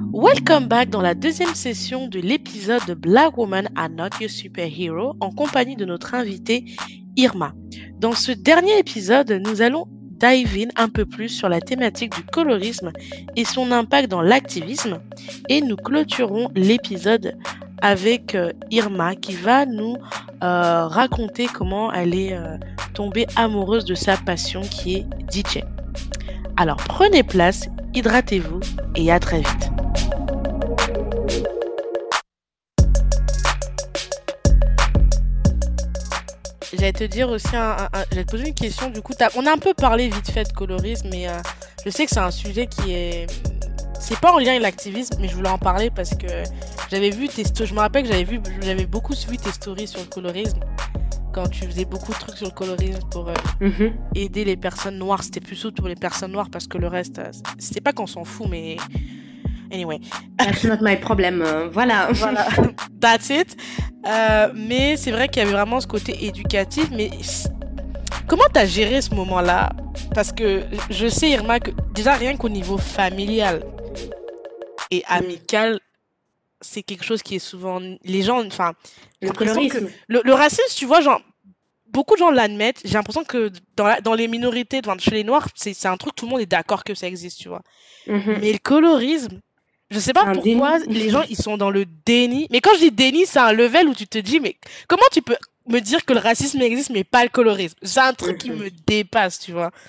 Welcome back dans la deuxième session de l'épisode de Black Woman Are Not Your Superhero en compagnie de notre invitée Irma. Dans ce dernier épisode, nous allons dive in un peu plus sur la thématique du colorisme et son impact dans l'activisme et nous clôturons l'épisode avec Irma qui va nous raconter comment elle est tombée amoureuse de sa passion qui est DJ. Alors prenez place, hydratez-vous et à très vite. J'allais te dire aussi, j'allais te poser une question. Du coup, on a un peu parlé vite fait de colorisme, mais je sais que c'est un sujet qui est. C'est pas en lien avec l'activisme, mais je voulais en parler parce que j'avais vu je me rappelle que j'avais beaucoup suivi tes stories sur le colorisme. Quand tu faisais beaucoup de trucs sur le colorisme pour aider les personnes noires, c'était plus surtout pour les personnes noires parce que le reste, c'était pas qu'on s'en fout, mais. Anyway. That's not my problem. Voilà. That's it. Mais c'est vrai qu'il y avait vraiment ce côté éducatif. Mais comment t'as géré ce moment-là? Parce que je sais, Irma, que déjà rien qu'au niveau familial et amical, c'est quelque chose qui est souvent... Les gens, enfin... Le colorisme. Le racisme, tu vois, genre... Beaucoup de gens l'admettent. J'ai l'impression que dans les minorités, chez les Noirs, c'est un truc, tout le monde est d'accord que ça existe, tu vois. Mais le colorisme... Je sais pas pourquoi les gens ils sont dans le déni. Mais quand je dis déni, c'est un level où tu te dis mais comment tu peux me dire que le racisme existe mais pas le colorisme? C'est un truc qui me dépasse, tu vois.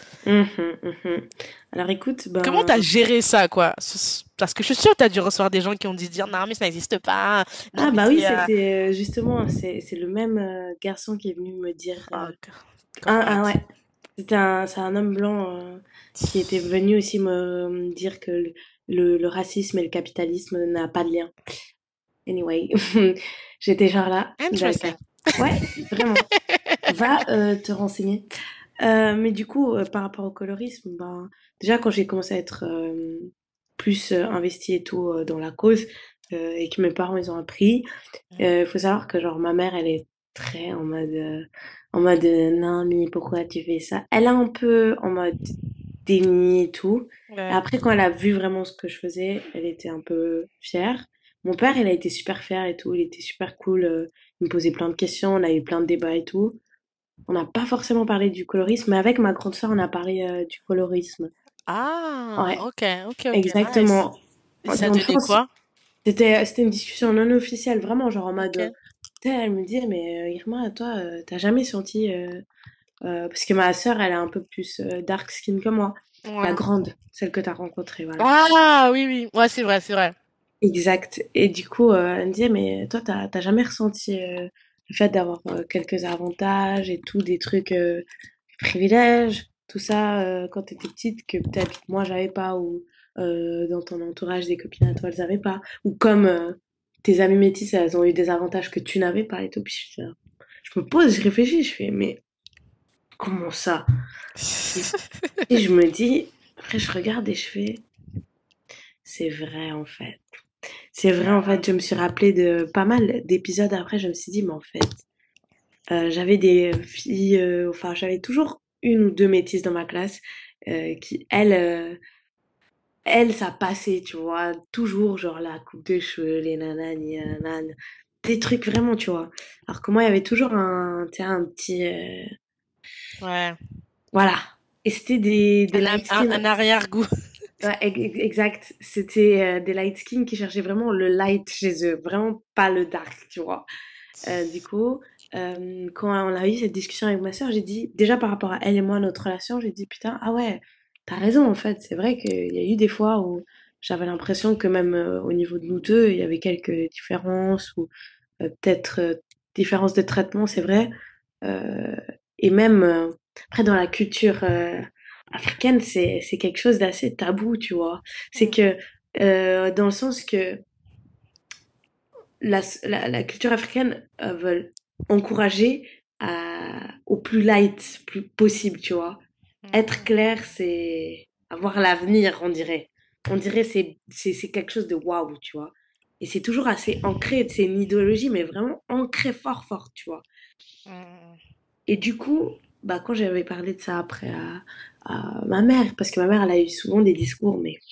Alors écoute, comment t'as géré ça quoi? Parce que je suis sûre que t'as dû recevoir des gens qui ont dit dire non mais ça n'existe pas. Non, ah bah oui, c'était justement c'est le même garçon qui est venu me dire. Ouais. C'est un homme blanc qui était venu aussi me dire que le racisme et le capitalisme n'a pas de lien. Anyway, j'étais genre là. Interesting. Ouais, vraiment. Va te renseigner. Mais du coup, par rapport au colorisme, déjà quand j'ai commencé à être plus investie et tout dans la cause et que mes parents ils ont appris, faut savoir que genre ma mère elle est très en mode non mais pourquoi tu fais ça? Elle est un peu en mode déni et tout. Ouais. Et après quand elle a vu vraiment ce que je faisais, elle était un peu fière. Mon père il a été super fier et tout, il était super cool. Il me posait plein de questions, on a eu plein de débats et tout. On n'a pas forcément parlé du colorisme, mais avec ma grande sœur, on a parlé du colorisme. Ah, Ouais, ok. exactement. Nice. Ça Dans le donnait sens, quoi? c'était une discussion non officielle, vraiment, genre en mode. Ok. Elle me dit, mais Irma, toi, t'as jamais senti. Parce que ma sœur, elle est un peu plus dark skin que moi. La Ouais. grande, celle que t'as rencontrée, voilà. Ah oui. Ouais, c'est vrai. Exact. Et du coup, elle me disait, mais toi, t'as jamais ressenti le fait d'avoir quelques avantages et tout, des trucs, privilèges, tout ça, quand t'étais petite, que peut-être moi, j'avais pas, ou dans ton entourage, des copines à toi, elles avaient pas. Ou comme tes amies métisses, elles ont eu des avantages que tu n'avais pas et tout. Puis je me pose, je réfléchis, je fais, mais comment ça? Et je me dis, après, je regarde et je fais, c'est vrai en fait. C'est vrai, en fait, je me suis rappelé de pas mal d'épisodes après, je me suis dit, mais en fait, j'avais des filles, enfin, j'avais toujours une ou deux métisses dans ma classe qui, elles, ça passait, tu vois, toujours, genre la coupe de cheveux, les nanani, nanan, des trucs vraiment, tu vois. Alors que moi, il y avait toujours tu sais, un petit, Ouais. voilà. Et c'était des light skin. Un arrière-goût. Ouais, exact. C'était des light skin qui cherchaient vraiment le light chez eux, vraiment pas le dark, tu vois. Du coup, quand on a eu cette discussion avec ma sœur, j'ai dit, déjà par rapport à elle et moi, notre relation, j'ai dit, putain, ah ouais, t'as raison en fait. C'est vrai qu'il y a eu des fois où j'avais l'impression que même au niveau de nous deux, il y avait quelques différences ou peut-être différences de traitement, c'est vrai. Euh, et même après dans la culture africaine, c'est quelque chose d'assez tabou, tu vois. C'est que dans le sens que la culture africaine veut encourager au plus light plus possible, tu vois. Être clair, c'est avoir l'avenir, on dirait. On dirait c'est quelque chose de waouh, tu vois. Et c'est toujours assez ancré, c'est une idéologie, mais vraiment ancrée fort, tu vois. Et du coup, quand j'avais parlé de ça après à ma mère, parce que ma mère, elle a eu souvent des discours, mais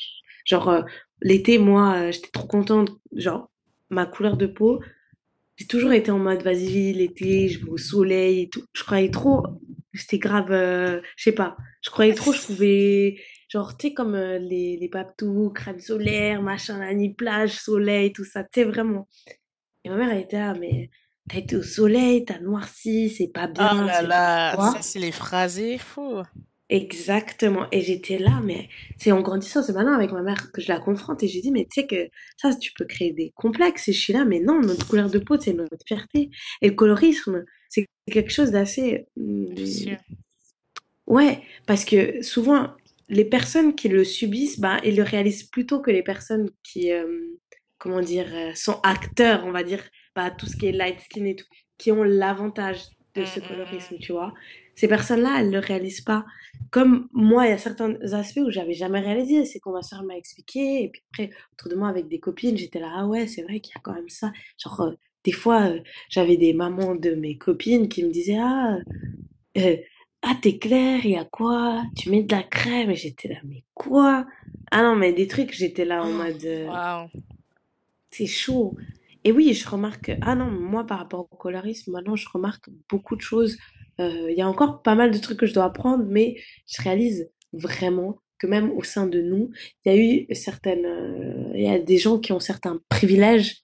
Genre, l'été, moi, j'étais trop contente. Genre, ma couleur de peau, j'ai toujours été en mode, vas-y, l'été, je vais au soleil et tout. Je croyais trop, c'était grave, je sais pas. Je croyais trop, je pouvais, genre, tu sais, comme les papetous, crème solaire, machin, la nuit, plage, soleil, tout ça, tu sais, vraiment. Et ma mère, elle était là, mais t'as été au soleil, t'as noirci, c'est pas Oh bien, là c'est pas là, ça quoi. c'est les phrasés fous. Exactement. Et j'étais là, mais c'est en grandissant, c'est maintenant avec ma mère que je la confronte et j'ai dit, mais tu sais que ça, tu peux créer des complexes. Et je suis là, mais non, notre couleur de peau, c'est notre fierté. Et le colorisme, c'est quelque chose d'assez... Vicieux. ouais, parce que souvent, les personnes qui le subissent, bah, ils le réalisent plutôt que les personnes qui, comment dire, sont acteurs, on va dire, bah, tout ce qui est light skin et tout, qui ont l'avantage de ce colorisme, Mm. tu vois. Ces personnes-là, elles le réalisent pas. Comme moi, il y a certains aspects où j'avais jamais réalisé, c'est qu'on ma soeur m'a expliqué, et puis après, autour de moi, avec des copines, j'étais là, ah ouais, c'est vrai qu'il y a quand même ça. Genre, des fois, j'avais des mamans de mes copines qui me disaient, euh, ah, t'es clair, il y a quoi? Tu mets de la crème? Et j'étais là, mais quoi? Ah non, mais des trucs, j'étais là en Oh, mode, waouh. c'est chaud. Et oui, je remarque, ah non, moi par rapport au colorisme, maintenant je remarque beaucoup de choses. Il y a encore pas mal de trucs que je dois apprendre, mais je réalise vraiment que même au sein de nous, il y a eu certaines, il y a des gens qui ont certains privilèges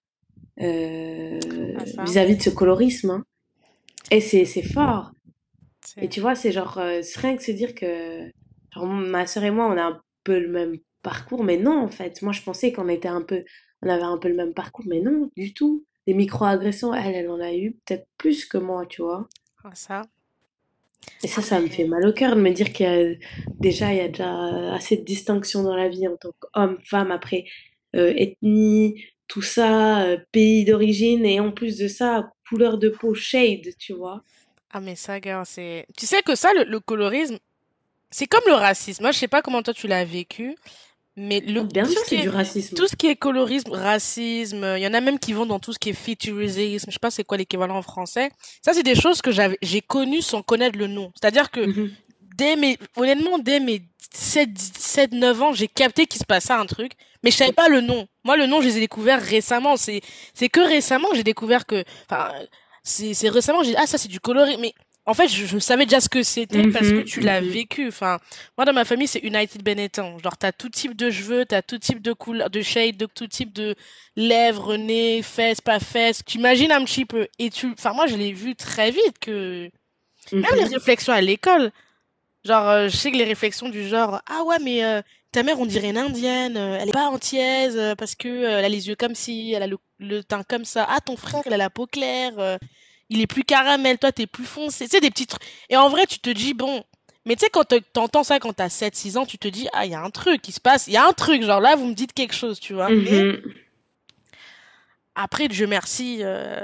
Ah ça, vis-à-vis de ce colorisme, hein. Et c'est fort. Et c'est... tu vois, c'est genre, c'est rien que se dire que, genre, ma sœur et moi, on a un peu le même parcours, mais non, en fait. Moi, je pensais qu'on était un peu, on avait un peu le même parcours, mais non, du tout. Les micro-agressions, elle en a eu peut-être plus que moi, tu vois. Ah ça. Et Ah ça me fait mais... mal au cœur de me dire il y a déjà assez de distinctions dans la vie en tant qu'homme, femme, après, ethnie, tout ça, pays d'origine, et en plus de ça, couleur de peau, shade, tu vois. Ah mais ça, gars, c'est... Tu sais que ça, le colorisme, c'est comme le racisme. Moi, je sais pas comment toi tu l'as vécu, mais Ah, bien sûr, c'est du tout racisme. ce qui est colorisme, racisme, il y en a même qui vont dans tout ce qui est futurisme, je sais pas c'est quoi l'équivalent en français. Ça, c'est des choses que j'ai connues sans connaître le nom. C'est-à-dire que Mhm. honnêtement, dès mes 9 ans, j'ai capté qu'il se passait un truc, mais je savais pas le nom. Moi, le nom, je les ai découverts récemment. C'est que récemment que j'ai découvert que, enfin, c'est récemment que j'ai dit, ah, ça, c'est du coloris. Mais, en fait, je savais déjà ce que c'était parce que Mhm, tu l'as mhm. vécu. Enfin, moi, dans ma famille, c'est United Benetton. Genre, t'as tout type de cheveux, t'as tout type de couleur, de shade, de tout type de lèvres, nez, fesses, pas fesses. Tu imagines un petit peu. Enfin, moi, je l'ai vu très vite que, même les Mhm. réflexions à l'école. Genre, je sais que les réflexions du genre, ah ouais, mais ta mère, on dirait une indienne, elle est pas antillaise parce que elle a les yeux comme ci, elle a le teint comme ça. Ah, ton frère, il a la peau claire, il est plus caramel, toi, t'es plus foncé. Tu sais, des petits trucs. Et en vrai, tu te dis, bon, mais tu sais, quand t'entends ça quand t'as 7 6 ans, tu te dis, ah, il y a un truc qui se passe, il y a un truc, genre là, vous me dites quelque chose, tu vois. Mais Mhm. après, Dieu merci,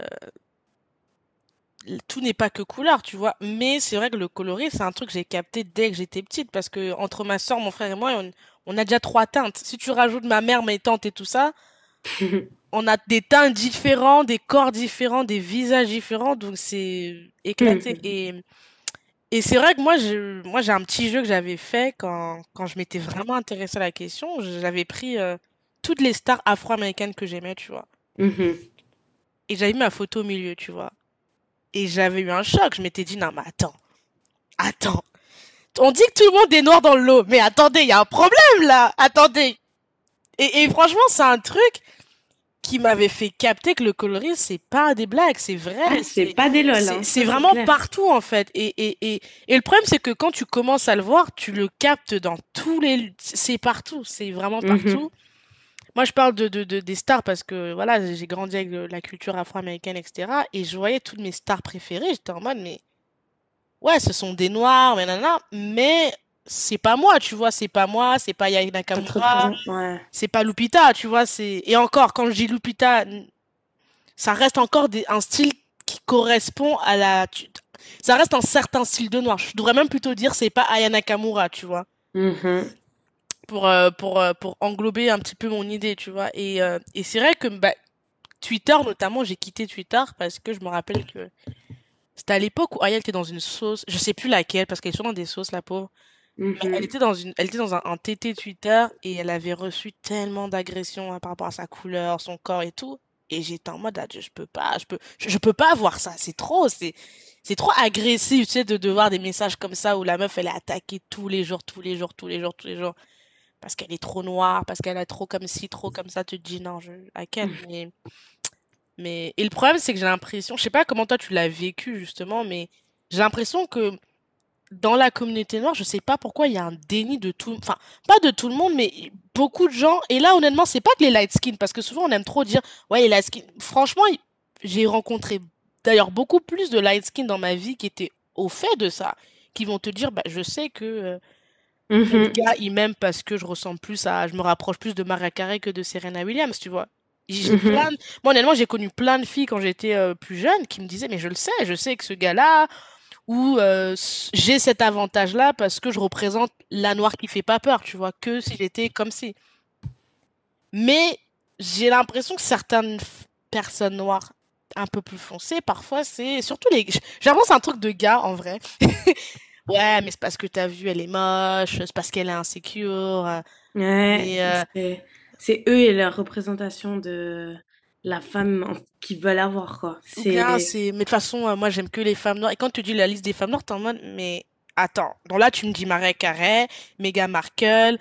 tout n'est pas que couleur, tu vois. Mais c'est vrai que le coloris, c'est un truc que j'ai capté dès que j'étais petite, parce que entre ma soeur, mon frère et moi, on a déjà 3 teintes. Si tu rajoutes ma mère, mes tantes et tout ça, on a des teints différents, des corps différents, des visages différents, donc c'est éclaté. Mhm. Et c'est vrai que moi, j'ai un petit jeu que j'avais fait quand je m'étais vraiment intéressée à la question. J'avais pris toutes les stars afro-américaines que j'aimais, tu vois. Mhm. Et j'avais mis ma photo au milieu, tu vois. Et j'avais eu un choc. Je m'étais dit, non, mais attends. On dit que tout le monde est noir dans le lot, mais attendez, il y a un problème là. Attendez. Et franchement, c'est un truc qui m'avait fait capter que le coloris, c'est pas des blagues, c'est Ah, vrai, c'est pas des lol, hein, c'est ça c'est vraiment clair. partout en fait. Et le problème, c'est que quand tu commences à le voir, tu le captes dans c'est partout, c'est vraiment Mhm. partout. Moi, je parle des stars parce que voilà, j'ai grandi avec la culture afro-américaine, etc. Et je voyais toutes mes stars préférées, j'étais en mode, mais ouais, ce sont des noirs, mais nanana, mais c'est pas moi, tu vois, c'est pas moi, c'est pas Yael Ça te Nakamura, représente, ouais. c'est pas Lupita, tu vois, et encore, quand je dis Lupita, ça reste encore un style qui correspond à ça reste un certain style de noir. Je devrais même plutôt dire c'est pas Aya Nakamura, tu vois, Mhm. pour englober un petit peu mon idée, tu vois. Et c'est vrai que bah, Twitter, notamment, j'ai quitté Twitter parce que je me rappelle que c'était à l'époque où Aya était dans une sauce, je sais plus laquelle, parce qu'elle est souvent dans des sauces, la pauvre. Mais elle Mhm. était elle était dans un TT Twitter et elle avait reçu tellement d'agressions par rapport à sa couleur, son corps et tout. Et j'étais en mode, ah, je peux pas, je peux pas voir ça. C'est trop agressif, tu sais, de voir des messages comme ça où la meuf, elle est attaquée tous les jours, tous les jours, tous les jours, tous les jours. Parce qu'elle est trop noire, parce qu'elle est trop comme ci, trop comme ça. Tu te dis, non, I can't. Et le problème, c'est que j'ai l'impression, je sais pas comment toi tu l'as vécu justement, mais j'ai l'impression que dans la communauté noire, je sais pas pourquoi il y a un déni de tout, enfin, pas de tout le monde, mais beaucoup de gens. Et là, honnêtement, c'est pas que les light skin, parce que souvent on aime trop dire, ouais, les light skin. Franchement, j'ai rencontré d'ailleurs beaucoup plus de light skin dans ma vie qui étaient au fait de ça, qui vont te dire, bah, je sais que tel Mhm. gars, il m'aime parce que je ressemble plus à, je me rapproche plus de Mariah Carey que de Serena Williams, tu vois. J'ai plein Mhm. Moi, honnêtement, j'ai connu plein de filles quand j'étais plus jeune qui me disaient, mais je sais que ce gars-là, où j'ai cet avantage-là parce que je représente la noire qui fait pas peur, tu vois, que si j'étais comme si. Mais j'ai l'impression que certaines personnes noires un peu plus foncées, parfois, c'est surtout les. J'avance c'est un truc de gars en vrai. Ouais, mais c'est parce que t'as vu, elle est moche, c'est parce qu'elle est insécure. Ouais, Mais c'est eux et leur représentation de la femme qu'ils veulent avoir, quoi. ou bien C'est... c'est. Mais de toute façon, moi j'aime que les femmes noires. Et quand tu dis la liste des femmes noires, t'es en mode, mais attends. Donc là, tu me dis Mariah Carey, Meghan Markle,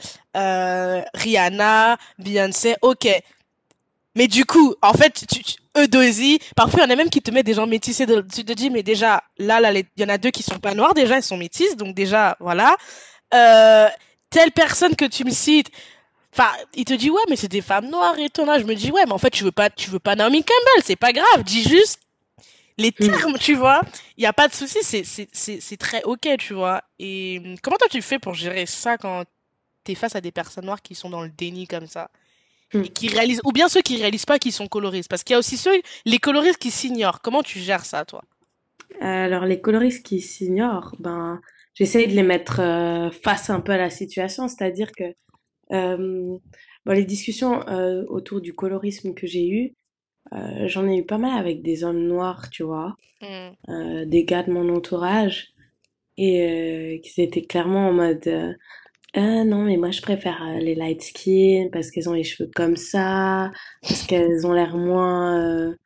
Rihanna, Beyoncé, ok. Mais du coup, en fait, Eudosie, parfois il y en a même qui te mettent des gens métissés. Tu te dis, mais déjà, il y en a deux qui sont pas noirs, déjà, elles sont métisses, donc déjà, voilà. Euh, Telle personne que tu me cites, enfin, il te dit, ouais, mais c'est des femmes noires et tout. Là, je me dis, ouais, mais en fait, tu veux pas Naomi Campbell, c'est pas grave, dis juste les Hmm. termes, tu vois. Il y a pas de souci, c'est très ok, tu vois. Et comment toi tu fais pour gérer ça quand t'es face à des personnes noires qui sont dans le déni comme ça? Et Hmm. qui réalisent, ou bien ceux qui réalisent pas qu'ils sont coloristes, parce qu'il y a aussi les coloristes qui s'ignorent. Comment tu gères ça, toi? Alors, les coloristes qui s'ignorent, ben, j'essaye de les mettre face un peu à la situation, c'est-à-dire que bon, les discussions autour du colorisme que j'ai eues, j'en ai eu pas mal avec des hommes noirs, tu vois, Hmm, des gars de mon entourage, et qui étaient clairement en mode non, mais moi je préfère les light skin parce qu'elles ont les cheveux comme ça, parce qu'elles ont l'air moins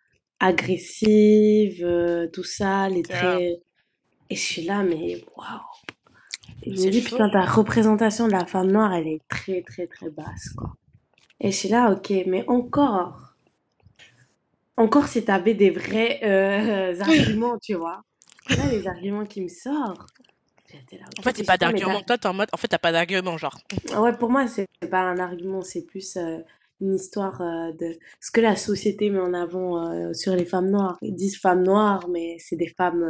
agressives, tout ça, les c'est traits. Et je suis là, mais waouh! Et je me c'est dis, chaud. putain, ta représentation de la femme noire, elle est très, très, très basse, quoi. Et je suis là, ok, mais encore si t'avais des vrais arguments, tu vois. Et là, les arguments qui me sortent, j'étais là, En ok, fait, c'est mais pas super, mais d'argument. Toi, t'es en mode, en fait, t'as pas d'argument, genre. ah ouais, pour moi, c'est pas un argument, c'est plus une histoire de ce que la société met en avant sur les femmes noires. Ils disent femmes noires, mais c'est des femmes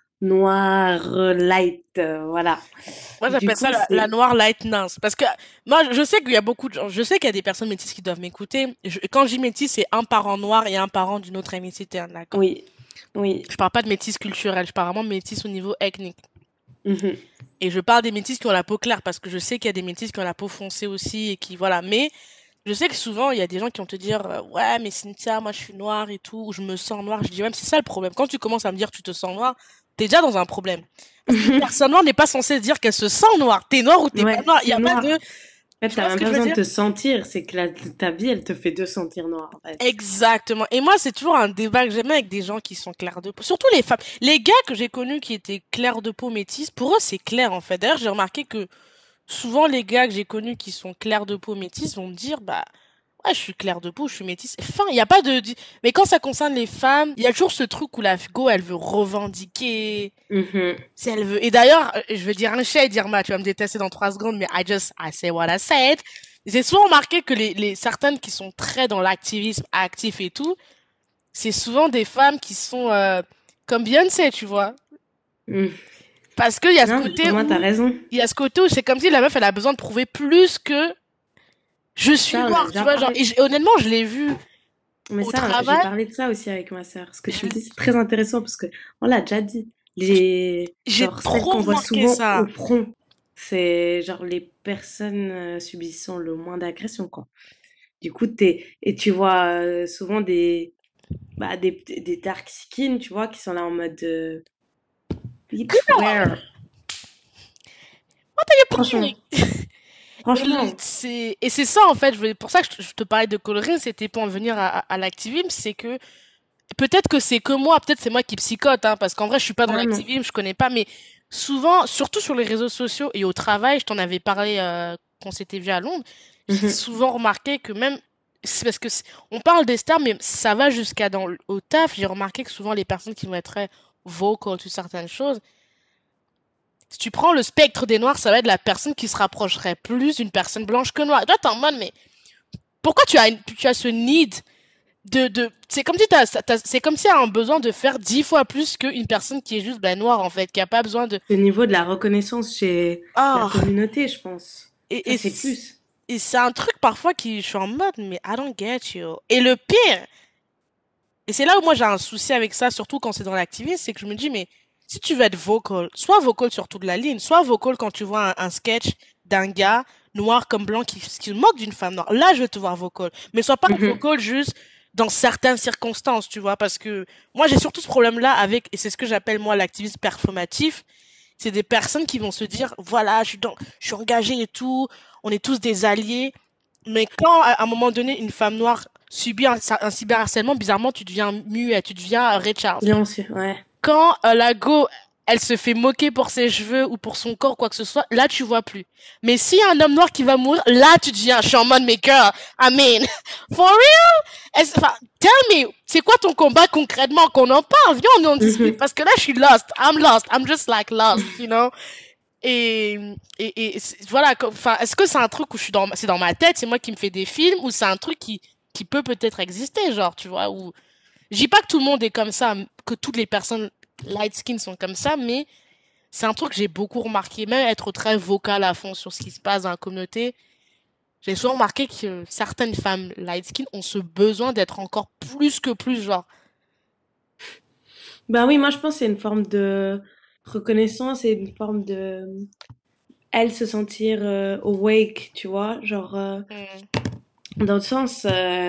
noires, light, voilà. Moi, Du j'appelle ça coup, la c'est... noire lightness. Parce que moi, je sais qu'il y a beaucoup de gens, je sais qu'il y a des personnes métisses qui doivent m'écouter. Quand je dis métis, c'est un parent noir et un parent d'une autre ethnicité, hein, d'accord? Oui, oui. Je parle pas de métis culturel, je parle vraiment de métis au niveau ethnique. Mhm. Et je parle des métis qui ont la peau claire parce que je sais qu'il y a des métis qui ont la peau foncée aussi et qui, voilà. Mais je sais que souvent, il y a des gens qui vont te dire, ouais, mais Cynthia, moi, je suis noire et tout, ou je me sens noire. Je dis, ouais, mais c'est ça le problème. Quand tu commences à me dire que tu te sens noire, t'es déjà dans un problème. Parce qu'une personne noire n'est pas censée dire qu'elle se sent noire. T'es noire ou t'es pas Ouais, noire. Il n'y t'es a pas noire. de, En fait, tu t'as vois ce même que pas je veux besoin de dire? te sentir, c'est que ta vie, elle te fait te sentir noire, en fait. Exactement. Et moi, c'est toujours un débat que j'aime avec des gens qui sont clairs de peau. Surtout les femmes. Les gars que j'ai connus qui étaient clairs de peau métis, pour eux, c'est clair, en fait. D'ailleurs, j'ai remarqué que souvent, les gars que j'ai connus qui sont clairs de peau métis vont me dire, bah, ouais, je suis claire de peau, je suis métisse. Enfin, il n'y a pas Mais quand ça concerne les femmes, il y a toujours ce truc où la go, elle veut revendiquer. Mhm. Si elle veut. Et d'ailleurs, je veux dire un shade, Irma, tu vas me détester dans 3 secondes, mais I say what I said. J'ai souvent remarqué que certaines qui sont très dans l'activisme actif et tout, c'est souvent des femmes qui sont comme Beyoncé, tu vois. Mhm. Parce qu'il y a ce Non, côté justement, t'as où, raison. il y a ce côté où c'est comme si la meuf, elle a besoin de prouver plus que je suis Ça, on a noire, tu déjà vois, genre, parlé. honnêtement, je l'ai vu Mais au ça, j'ai travail. parlé de ça aussi avec ma sœur. Ce que tu me Je- dis, c'est très intéressant parce que on l'a déjà dit. J'ai Genre, celles trop qu'on voit remarqué souvent ça. au front, c'est genre les personnes subissant le moins d'agression, quoi. Du coup, et tu vois souvent des dark skin, tu vois, qui sont là en mode be You know, beware. Franchement, franchement. Et c'est ça, en fait, pour ça que je te parlais de coloring, c'était pour en venir à l'activisme, c'est que peut-être que c'est que moi, peut-être c'est moi qui psychote, hein, parce qu'en vrai, je suis pas dans Ah non. l'activisme, je connais pas, mais souvent, surtout sur les réseaux sociaux et au travail, je t'en avais parlé quand c'était vu à Londres, j'ai Mhm, souvent remarqué que même, c'est parce que on parle des stars, mais ça va jusqu'à au taf, j'ai remarqué que souvent les personnes qui vont être très vocal sur certaines choses, si tu prends le spectre des noirs, ça va être la personne qui se rapprocherait plus d'une personne blanche que noire. Et toi, t'es en mode, mais pourquoi tu as ce need c'est comme si c'est comme si elle a un besoin de faire 10 fois plus qu'une personne qui est juste ben, noire, en fait, qui a pas besoin de, au niveau de la reconnaissance chez la ah, communauté, je pense. et, Ça, et, c'est c- plus. et c'est un truc parfois qui, je suis en mode, mais I don't get you. Et le pire, et c'est là où moi j'ai un souci avec ça, surtout quand c'est dans l'activisme, c'est que je me dis, mais si tu veux être vocal, soit vocal sur toute la ligne, soit vocal quand tu vois un sketch d'un gars, noir comme blanc, qui se moque d'une femme noire. Là, je vais te voir vocal. Mais sois pas Mhm. vocal juste dans certaines circonstances, tu vois, parce que moi j'ai surtout ce problème-là avec, et c'est ce que j'appelle moi l'activisme performatif, c'est des personnes qui vont se dire, voilà, je suis engagé et tout, on est tous des alliés. Mais quand, à un moment donné, une femme noire subit un cyberharcèlement, bizarrement, tu deviens muet, tu deviens Ray Charles. Silencieux, ouais. Quand la go, elle se fait moquer pour ses cheveux ou pour son corps, quoi que ce soit, là, tu vois plus. Mais s'il y a un homme noir qui va mourir, là, tu deviens, je suis en mode maker. I mean, for real? Enfin, tell me, c'est quoi ton combat concrètement? Qu'on en parle, viens, on en discute. Mhm. Parce que là, je suis lost. I'm lost. I'm just like lost, you know? Et, voilà, enfin, est-ce que c'est un truc où c'est dans ma tête, c'est moi qui me fais des films, ou c'est un truc qui peut peut-être exister, genre, tu vois, où, je dis pas que tout le monde est comme ça, que toutes les personnes light skin sont comme ça, mais c'est un truc que j'ai beaucoup remarqué, même être très vocal à fond sur ce qui se passe dans la communauté. J'ai souvent remarqué que certaines femmes light skin ont ce besoin d'être encore plus que plus, genre. Ben oui, moi, je pense que c'est une forme de reconnaissance et une forme de elle se sentir awake, tu vois, genre Mm. dans le sens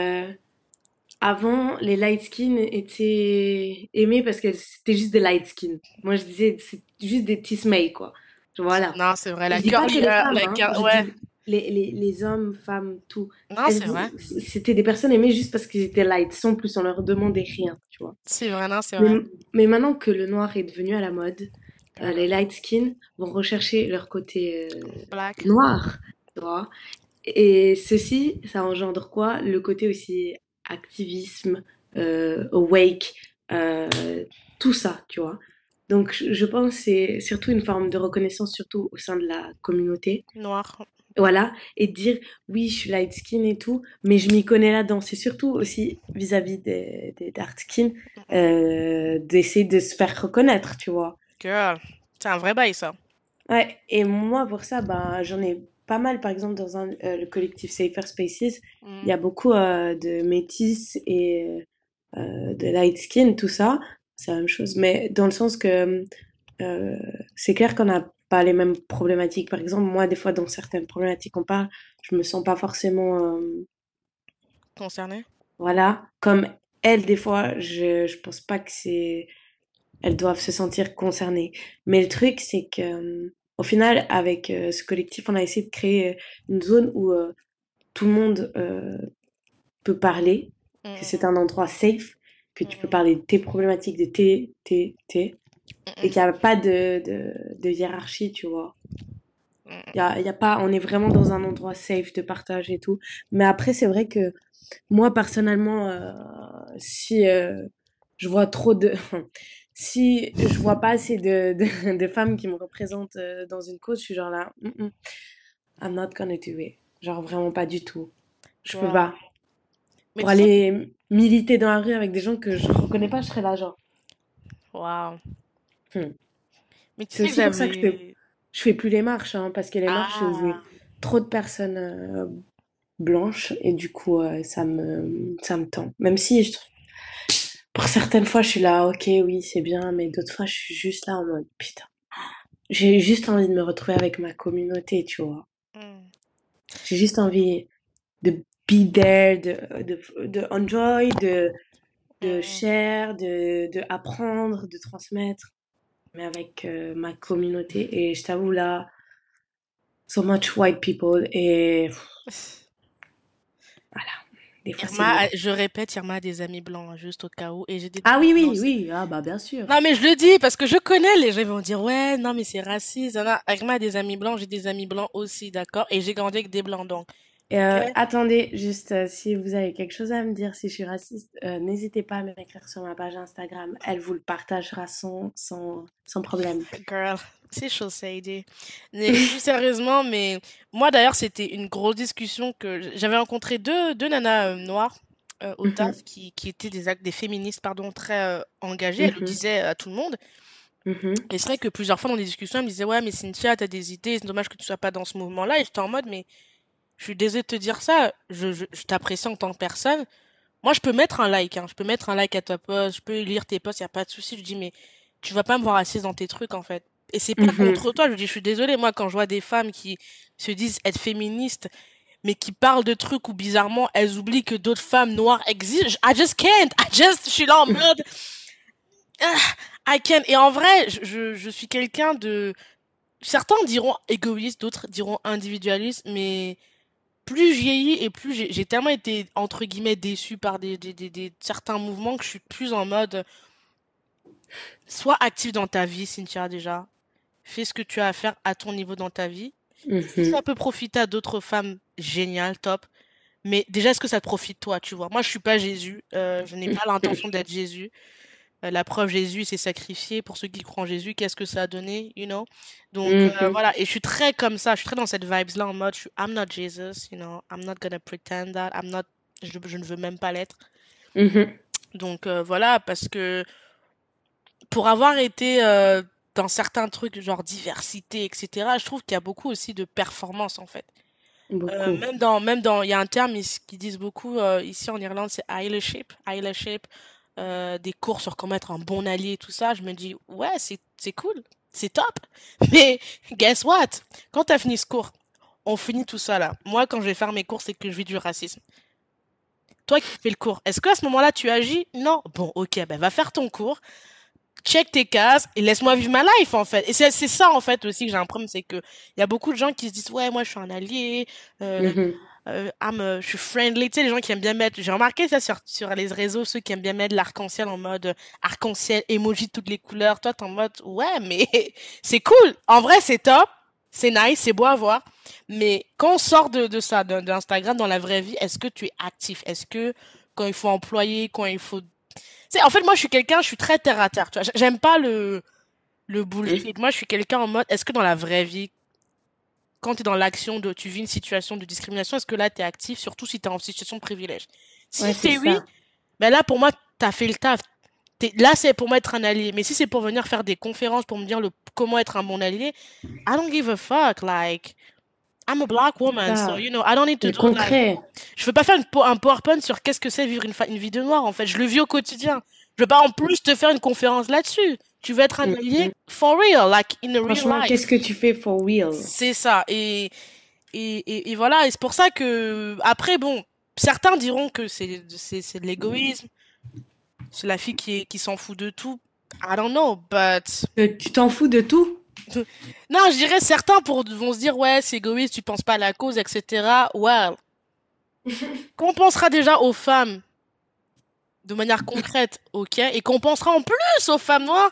avant les light skin étaient aimés parce que c'était juste des light skin. Moi je disais c'est juste des petits smails quoi. Voilà. Non, c'est vrai, Je dis pas que les femmes, hein, je ouais. dis les hommes, femmes, tout. Non, c'est vrai. C'était des personnes aimées juste parce qu'ils étaient light, sans plus on leur demandait rien, tu vois. C'est vrai, non, c'est Mais, vrai. mais maintenant que le noir est devenu à la mode, les light skin vont rechercher leur côté Black. noir, tu vois. Et ceci, ça engendre quoi? Le côté aussi activisme, awake, euh, tout ça, tu vois. Donc je pense que c'est surtout une forme de reconnaissance, surtout au sein de la communauté. Noir. Voilà, et de dire oui, je suis light skin et tout, mais je m'y connais là-dedans. C'est surtout aussi vis-à-vis des dark skin, d'essayer de se faire reconnaître, tu vois. Girl. C'est un vrai bail, ça. Ouais, et moi pour ça, bah, j'en ai pas mal, par exemple, dans le collectif Safer Spaces, il y Mm. a beaucoup de métis et de light skin, tout ça, c'est la même chose, mais dans le sens que euh, c'est clair qu'on n'a pas les mêmes problématiques. Par exemple, moi, des fois, dans certaines problématiques qu'on parle, je me sens pas forcément, Concerné? voilà, comme elles, des fois, je pense pas que c'est elles doivent se sentir concernées. Mais le truc, c'est que, au final, avec ce collectif, on a essayé de créer une zone où tout le monde peut parler, Mm, que mm, c'est un endroit safe, que mm, tu peux mm, parler de tes problématiques, de tes, mm, et mm, qu'il n'y a pas de hiérarchie, tu vois. mm, Il y a pas, on est vraiment dans un endroit safe de partage et tout. Mais après, c'est vrai que moi, personnellement, si je vois trop de... si je vois pas assez de femmes qui me représentent dans une cause, je suis genre là, I'm not gonna do it. Genre vraiment pas du tout. Je peux girl. pas. Mais Pour tu sais, aller militer dans la rue avec des gens que je reconnais pas, je serais là genre. waouh. Hmm. Mais tu C'est sais que aussi pour ça que j'avais. je fais plus les marches, hein, parce que les marches, je faisais Ah. trop de personnes blanches et du coup, ça me tend. Même si pour certaines fois, je suis là, ok, oui, c'est bien, mais d'autres fois, je suis juste là en mode, putain, j'ai juste envie de me retrouver avec ma communauté, tu vois. Mm. J'ai juste envie de be there, de enjoy, de Mm. share, de apprendre, de transmettre, mais avec ma communauté. Et je t'avoue, là, so much white people et voilà, des fois c'est Irma, lourd. je répète, Irma a des amis blancs, hein, juste au cas où, et j'ai des Ah trucs à oui, oui, annoncer. oui, ah bah bien sûr. Non, mais je le dis parce que je connais les gens ils vont dire ouais, non, mais c'est raciste. Non, non. Irma a des amis blancs, j'ai des amis blancs aussi, d'accord? Et j'ai grandi avec des blancs, donc. Et Ok? attendez, juste si vous avez quelque chose à me dire, si je suis raciste, n'hésitez pas à m'écrire sur ma page Instagram. Elle vous le partagera sans problème. Girl, c'est chaud ça, idée. Mais plus sérieusement, mais moi d'ailleurs, c'était une grosse discussion que j'avais rencontré deux nanas noires au Mhm, taf qui étaient des féministes pardon, très engagées. Elles le mhm, disaient à tout le monde. mhm, Et c'est vrai que plusieurs fois dans des discussions, elles me disaient ouais, mais Cynthia, t'as des idées, c'est dommage que tu sois pas dans ce mouvement-là. Et j'étais en mode, mais je suis désolée de te dire ça, je t'apprécie en tant que personne. Moi, je peux mettre un like, hein, je peux mettre un like à ta post, je peux lire tes posts, y a pas de souci. Je dis, mais tu vas pas me voir assise dans tes trucs, en fait. Et c'est pas mhm. contre toi, je dis, je suis désolée, moi, quand je vois des femmes qui se disent être féministes, mais qui parlent de trucs où bizarrement elles oublient que d'autres femmes noires existent, I just can't, je suis là en mode, ah, I can't. Et en vrai, je suis quelqu'un de, certains diront égoïste, d'autres diront individualiste, mais plus je vieillis et plus j'ai tellement été entre guillemets déçue par certains mouvements que je suis plus en mode sois active dans ta vie, Cynthia, déjà. Fais ce que tu as à faire à ton niveau dans ta vie. Si Mhm. ça peut profiter à d'autres femmes, génial, top. Mais déjà, est-ce que ça te profite toi, tu vois? Moi, je suis pas Jésus. Je n'ai pas l'intention d'être Jésus. La preuve, Jésus s'est sacrifié pour ceux qui croient en Jésus. Qu'est-ce que ça a donné, you know? Donc Mhm. voilà. Et je suis très comme ça. Je suis très dans cette vibes-là en mode, I'm not Jesus, you know. I'm not gonna pretend that. Je ne veux même pas l'être. Mhm. Donc voilà, parce que pour avoir été dans certains trucs genre diversité, etc., je trouve qu'il y a beaucoup aussi de performance en fait. Beaucoup. Il y a un terme qui disent beaucoup ici en Irlande, c'est Eileship, des cours sur comment être un bon allié et tout ça. Je me dis, ouais, c'est cool, c'est top. Mais guess what? Quand t'as fini ce cours, on finit tout ça là. Moi, quand je vais faire mes cours, c'est que je vis du racisme. Toi qui fais le cours, est-ce qu'à ce moment-là, tu agis? Non. Bon, ok, ben va faire ton cours, check tes cases et laisse-moi vivre ma life en fait. Et c'est ça en fait aussi que j'ai un problème, c'est que il y a beaucoup de gens qui se disent ouais, moi je suis un allié, euh, Mhm. je suis friendly, tu sais, les gens qui aiment bien mettre, j'ai remarqué ça sur les réseaux, ceux qui aiment bien mettre l'arc-en-ciel en mode arc-en-ciel, emoji de toutes les couleurs, toi t'es en mode ouais, mais c'est cool, en vrai c'est top, c'est nice, c'est beau à voir, mais quand on sort de ça, d'Instagram dans la vraie vie, est-ce que tu es actif? Est-ce que quand il faut employer, quand il faut... En fait, moi je suis quelqu'un, je suis très terre à terre, tu vois, j'aime pas le bullshit. Moi je suis quelqu'un en mode, est-ce que dans la vraie vie, quand tu es dans l'action de, tu vis une situation de discrimination, est-ce que là tu es actif, surtout si tu es en situation de privilège? Si Ouais, c'est c'est oui, ça. ben là pour moi, tu as fait le taf. Là, c'est pour moi être un allié. Mais si c'est pour venir faire des conférences pour me dire comment être un bon allié, I don't give a fuck. Like, I'm a black C'est woman, so ça. you know, I don't need to C'est do like. concret. Je veux pas faire un PowerPoint sur qu'est-ce que c'est vivre une vie de noir en fait. Je le vis au quotidien. Je veux pas en plus te faire une conférence là-dessus. Tu veux être un allié Mhm. for real, like in a real Franchement, qu'est-ce life. que tu fais for real? C'est ça. Et voilà, et c'est pour ça que, après, bon, certains diront que c'est de l'égoïsme, c'est la fille qui s'en fout de tout. I don't know, but... Tu t'en fous de tout? Non, je dirais certains vont se dire, ouais, c'est égoïste, tu penses pas à la cause, etc. Well, qu'on pensera déjà aux femmes de manière concrète, ok, et qu'on pensera en plus aux femmes noires,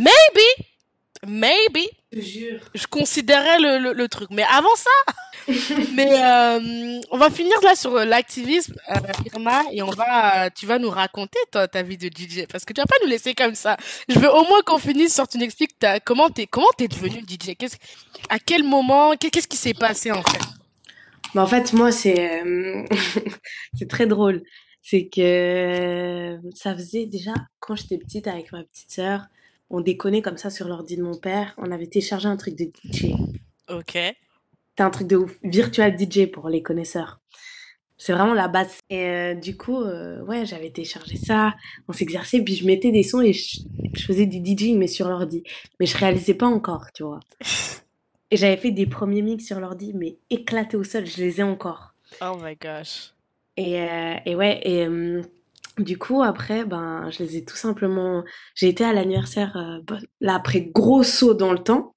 maybe, Je te jure. je considérais le truc. Mais avant ça, mais on va finir là sur l'activisme, Irma, et tu vas nous raconter toi, ta vie de DJ, parce que tu vas pas nous laisser comme ça. Je veux au moins qu'on finisse sur tu nous expliques comment t'es devenu DJ. À quel moment, qu'est-ce qui s'est passé en fait? Mais en fait, moi, c'est c'est très drôle. C'est que ça faisait déjà, quand j'étais petite avec ma petite sœur, on déconnait comme ça sur l'ordi de mon père. On avait téléchargé un truc de DJ. Ok. C'était un truc de ouf. Virtual DJ pour les connaisseurs. C'est vraiment la base. Et du coup, ouais, j'avais téléchargé ça, on s'exerçait, puis je mettais des sons et je faisais du DJing, mais sur l'ordi. Mais je réalisais pas encore, tu vois. Et j'avais fait des premiers mix sur l'ordi, mais éclatés au sol, je les ai encore. Oh my gosh. Et ouais, et du coup, après, ben, je les ai tout simplement... J'ai été à l'anniversaire, là, après gros saut dans le temps.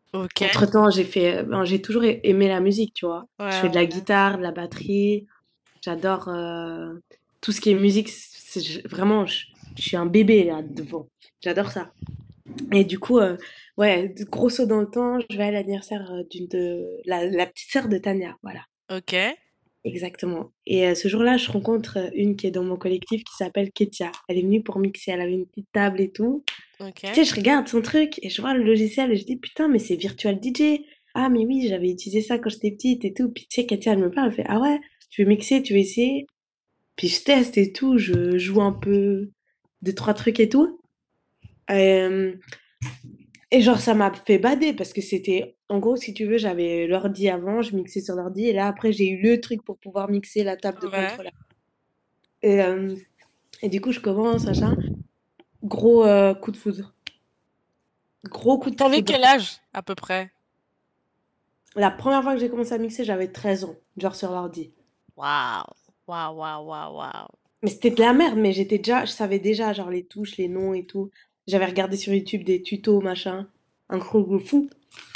Ok. Entre-temps, j'ai toujours aimé la musique, tu vois. Je Ouais, fais de la ouais. guitare, de la batterie. J'adore tout ce qui est musique. Vraiment, je suis un bébé là devant. J'adore ça. Et du coup, ouais, gros saut dans le temps, je vais à l'anniversaire la petite sœur de Tania, voilà. Ok. Exactement. Et ce jour-là, je rencontre une qui est dans mon collectif qui s'appelle Ketia. Elle est venue pour mixer, elle avait une petite table et tout. Puis, Ok. tu sais, je regarde son truc et je vois le logiciel et je dis putain, mais c'est Virtual DJ. Ah, mais oui, j'avais utilisé ça quand j'étais petite et tout. Puis, tu sais, Ketia, elle me parle, elle fait ah ouais, tu veux mixer, tu veux essayer? Puis, je teste et tout, je joue un peu deux, trois trucs et tout. Euh, et genre, ça m'a fait bader parce que c'était, en gros, si tu veux, j'avais l'ordi avant, je mixais sur l'ordi et là, après, j'ai eu le truc pour pouvoir mixer la table de Ouais. contrôle. Et, euh, et du coup, je commence, machin. Gros coup de foudre. Gros coup de T'avais foudre. quel âge, à peu près? La première fois que j'ai commencé à mixer, j'avais 13 ans, genre sur l'ordi. Waouh. Waouh, waouh, waouh, waouh. Mais c'était de la merde, mais je savais déjà, genre les touches, les noms et tout. J'avais regardé sur YouTube des tutos, machin. Un truc de fou.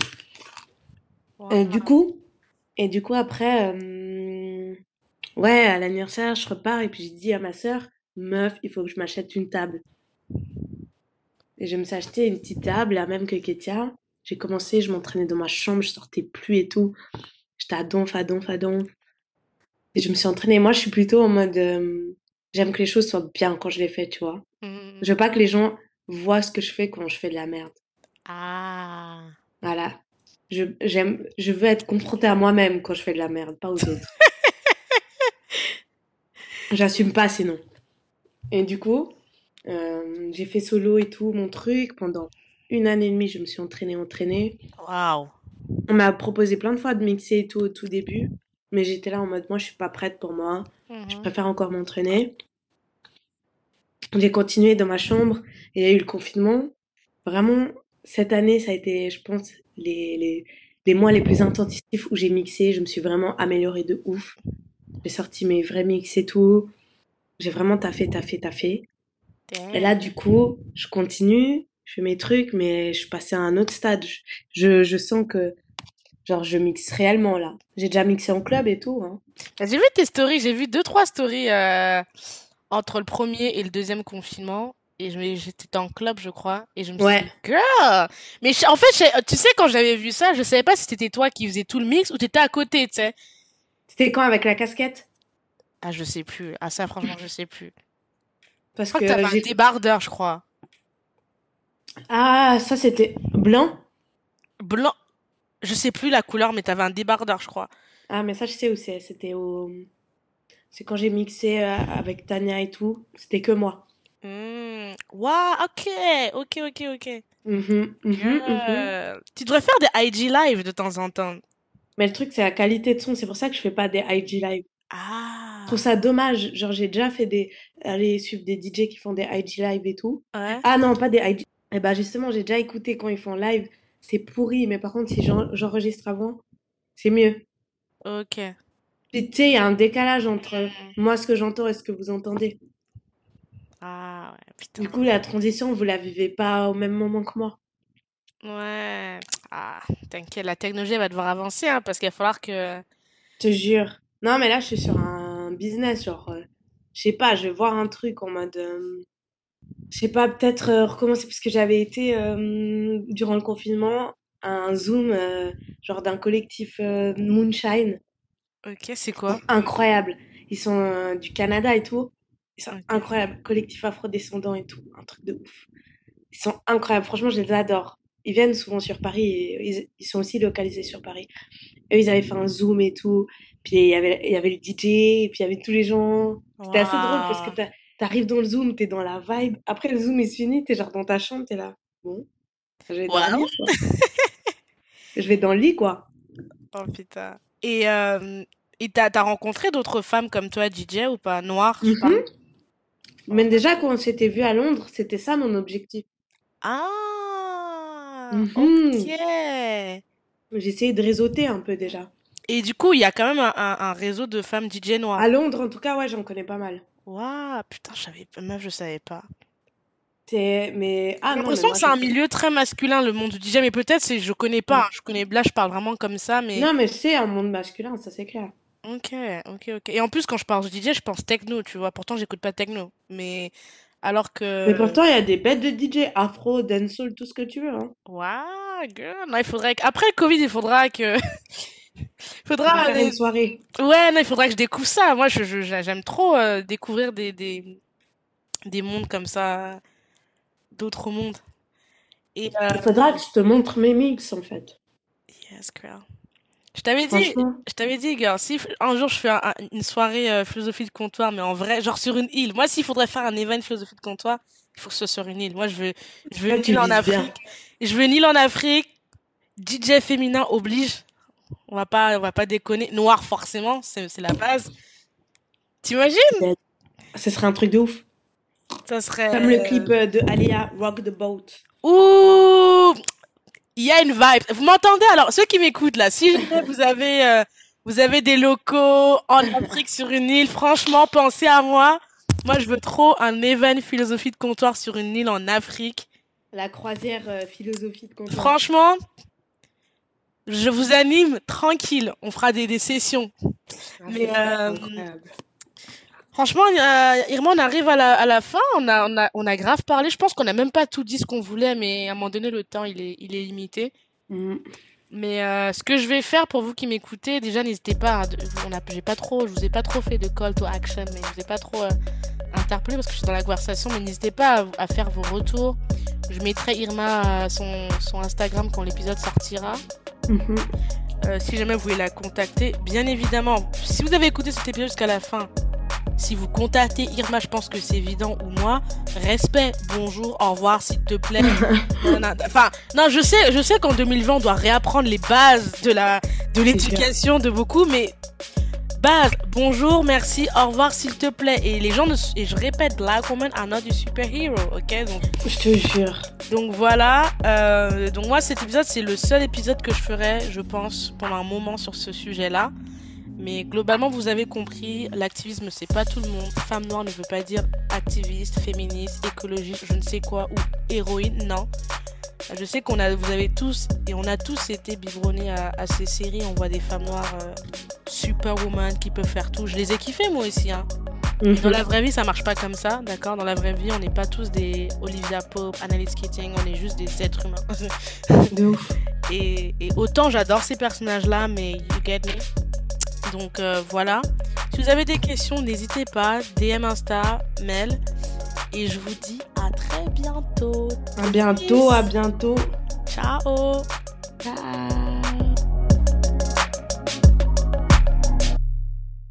Et du Waouh. coup, après, ouais, à l'anniversaire, je repars et puis j'ai dit à ma sœur, meuf, il faut que je m'achète une table. Et je me suis acheté une petite table, la même que Ketia. J'ai commencé, je m'entraînais dans ma chambre, je sortais plus et tout. J'étais à donf, à donf, à donf. Et je me suis entraînée. Moi, je suis plutôt en mode, j'aime que les choses soient bien quand je les fais, tu vois. Je Mhm. veux pas que les gens voient ce que je fais quand je fais de la merde. Ah. Voilà. Je veux être confrontée à moi-même quand je fais de la merde, pas aux autres. J'assume pas sinon. Et du coup, j'ai fait solo et tout, mon truc. Pendant une année et demie, je me suis entraînée. Waouh. On m'a proposé plein de fois de mixer et tout au tout début. Mais j'étais là en mode, moi, je suis pas prête pour moi. Je Mhm. préfère encore m'entraîner. J'ai continué dans ma chambre. Et il y a eu le confinement. Vraiment, cette année, ça a été, je pense, les mois les plus intensifs où j'ai mixé. Je me suis vraiment améliorée de ouf. J'ai sorti mes vrais mix et tout. J'ai vraiment taffé, taffé, taffé. Et là, Damn. du coup, je continue, je fais mes trucs, mais je suis passée à un autre stade. Je sens que, genre, je mixe réellement là. J'ai déjà mixé en club et tout, hein. Bah, j'ai vu tes stories, j'ai vu deux, trois stories entre le premier et le deuxième confinement. J'étais en club, je crois. Et je me suis Ouais. dit, girl! Mais en fait, tu sais, quand j'avais vu ça, je savais pas si c'était toi qui faisais tout le mix ou t'étais à côté, tu sais. C'était quand avec la casquette? Ah, je sais plus. Ah, ça, franchement, je sais plus. Je Parce crois que que t'avais un j'ai... débardeur, je crois. Ah, ça c'était blanc. Blanc. Je sais plus la couleur, mais t'avais un débardeur, je crois. Ah, mais ça, je sais où c'est. C'est quand j'ai mixé avec Tania et tout. C'était que moi. Waouh, ok, ok, ok, ok. Mhm, mhm, mhm. Girl. Tu devrais faire des IG live de temps en temps. Mais le truc, c'est la qualité de son. C'est pour ça que je fais pas des IG live. Je trouve Ah, ça dommage. Genre, j'ai déjà fait aller suivre des DJ qui font des IG live et tout. ouais, Ah non, pas des IG. Eh ben, justement, j'ai déjà écouté quand ils font live. C'est pourri. Mais par contre, si j'enregistre avant, c'est mieux. ok. Puis, tu sais, il y a un décalage entre moi, ce que j'entends et ce que vous entendez. Ah, ouais, putain. Du coup, la transition, vous la vivez pas au même moment que moi. Ouais. Ah, t'inquiète, la technologie elle va devoir avancer, hein, parce qu'il va falloir que... Je te jure. Non, mais là, je suis sur un business. Genre, je sais pas, je vais voir un truc en mode. Je sais pas, peut-être recommencer parce que j'avais été durant le confinement à un Zoom genre d'un collectif Moonshine. Ok, c'est Ils quoi? sont incroyables. Ils sont du Canada et tout. Ils sont Ok. incroyables. Collectif afro-descendant et tout. Un truc de ouf. Ils sont incroyables. Franchement, je les adore. Ils viennent souvent sur Paris et ils sont aussi localisés sur Paris. Eux, ils avaient fait un Zoom et tout. Puis il y avait le DJ, et puis il y avait tous les gens. C'était assez drôle parce que Waouh. t'arrives dans le Zoom, t'es dans la vibe. Après, le Zoom est fini, t'es genre dans ta chambre, t'es là. Bon, je vais Waouh. dormir, quoi. Je vais dans le lit, quoi. Oh putain. Et t'as rencontré d'autres femmes comme toi, DJ, ou pas? Noires, je parle. Mhm. Mais déjà, quand on s'était vu à Londres, c'était ça mon objectif. Ah, Mhm. ok. J'ai essayé de réseauter un peu déjà. Et du coup, il y a quand même un réseau de femmes DJ À noires. Londres, en tout cas, ouais, j'en connais pas mal. Waouh, putain, je savais pas, meuf, je savais pas. Mais J'ai ah non, mais l'impression que moi c'est je un sais. milieu très masculin, le monde du DJ, mais peut-être c'est je connais pas, hein. Je connais là, je parle vraiment comme ça, mais Non, mais c'est un monde masculin, ça c'est clair. ok, ok. Et en plus, quand je parle de DJ, je pense techno, tu vois. Pourtant, j'écoute pas techno, mais alors Mais que pourtant, il y a des bêtes de DJ, afro, dancehall, tout ce que tu veux, hein. waouh, girl. Non, il faudrait que... après le Covid, il faudra que il On va faudra faire une soirée. ouais, non, il faudra que je découvre ça. Moi, j'aime trop découvrir des mondes comme ça, d'autres mondes. Et Il faudra que je te montre mes mix, en fait. yes, girl. Je t'avais dit, Franchement. je t'avais dit, girl, si un jour je fais une soirée philosophie de comptoir, mais en vrai, genre sur une île. Moi, s'il faudrait faire un événement philosophie de comptoir, il faut que ce soit sur une île. Moi, je veux Là, une tu île en vises bien. Afrique. Je veux une île en Afrique. DJ féminin oblige. On va pas déconner. Noir, forcément, c'est la base. T'imagines? Dead. Ce serait un truc de ouf. Ça Comme le serait... clip de Alia, Rock the Boat. Ouh! Il y a une vibe. Vous m'entendez? Alors, ceux qui m'écoutent là, si jamais vous avez des locaux en Afrique sur une île, franchement, pensez à moi. Moi, je veux trop un événement philosophie de comptoir sur une île en Afrique. La croisière philosophie de comptoir. Franchement, je vous anime tranquille. On fera des sessions. Ah, Mais ce serait incroyable. franchement, Irma, on arrive à la fin. On a grave parlé. Je pense qu'on n'a même pas tout dit ce qu'on voulait, mais à un moment donné, le temps, il est limité. Mm. Mais ce que je vais faire pour vous qui m'écoutez, déjà n'hésitez pas, je vous ai pas trop fait de call to action, mais je vous ai pas trop interpellé parce que je suis dans la conversation, mais n'hésitez pas à faire vos retours. Je mettrai Irma son Instagram quand l'épisode sortira. Mhm. Si jamais vous voulez la contacter, bien évidemment, si vous avez écouté cet épisode jusqu'à la fin, si vous contactez Irma, je pense que c'est évident, ou moi, respect, bonjour, au revoir, s'il te plaît. Enfin, non, je sais qu'en 2020, on doit réapprendre les bases de l'éducation de beaucoup, mais base, bonjour, merci, au revoir, s'il te plaît. Et les gens, et je répète, Black women are not a superhero, ok? Je te jure. Donc voilà, donc moi, cet épisode, c'est le seul épisode que je ferai, je pense, pendant un moment sur ce sujet-là. Mais globalement, vous avez compris, l'activisme, c'est pas tout le monde. Femme noire ne veut pas dire activiste, féministe, écologiste, je ne sais quoi, ou héroïne, non. Je sais vous avez tous, et on a tous été biberonnés à ces séries. On voit des femmes noires superwoman qui peuvent faire tout. Je les ai kiffées, moi aussi, hein. Mhm. Dans la vraie vie, ça marche pas comme ça, d'accord? Dans la vraie vie, on n'est pas tous des Olivia Pope, Annalise Keating, on est juste des êtres humains. De ouf. Et autant j'adore ces personnages-là, mais you get me? Donc voilà. Si vous avez des questions, n'hésitez pas. DM Insta, mail. Et je vous dis à très bientôt. À bientôt, à bientôt. Ciao. Ciao.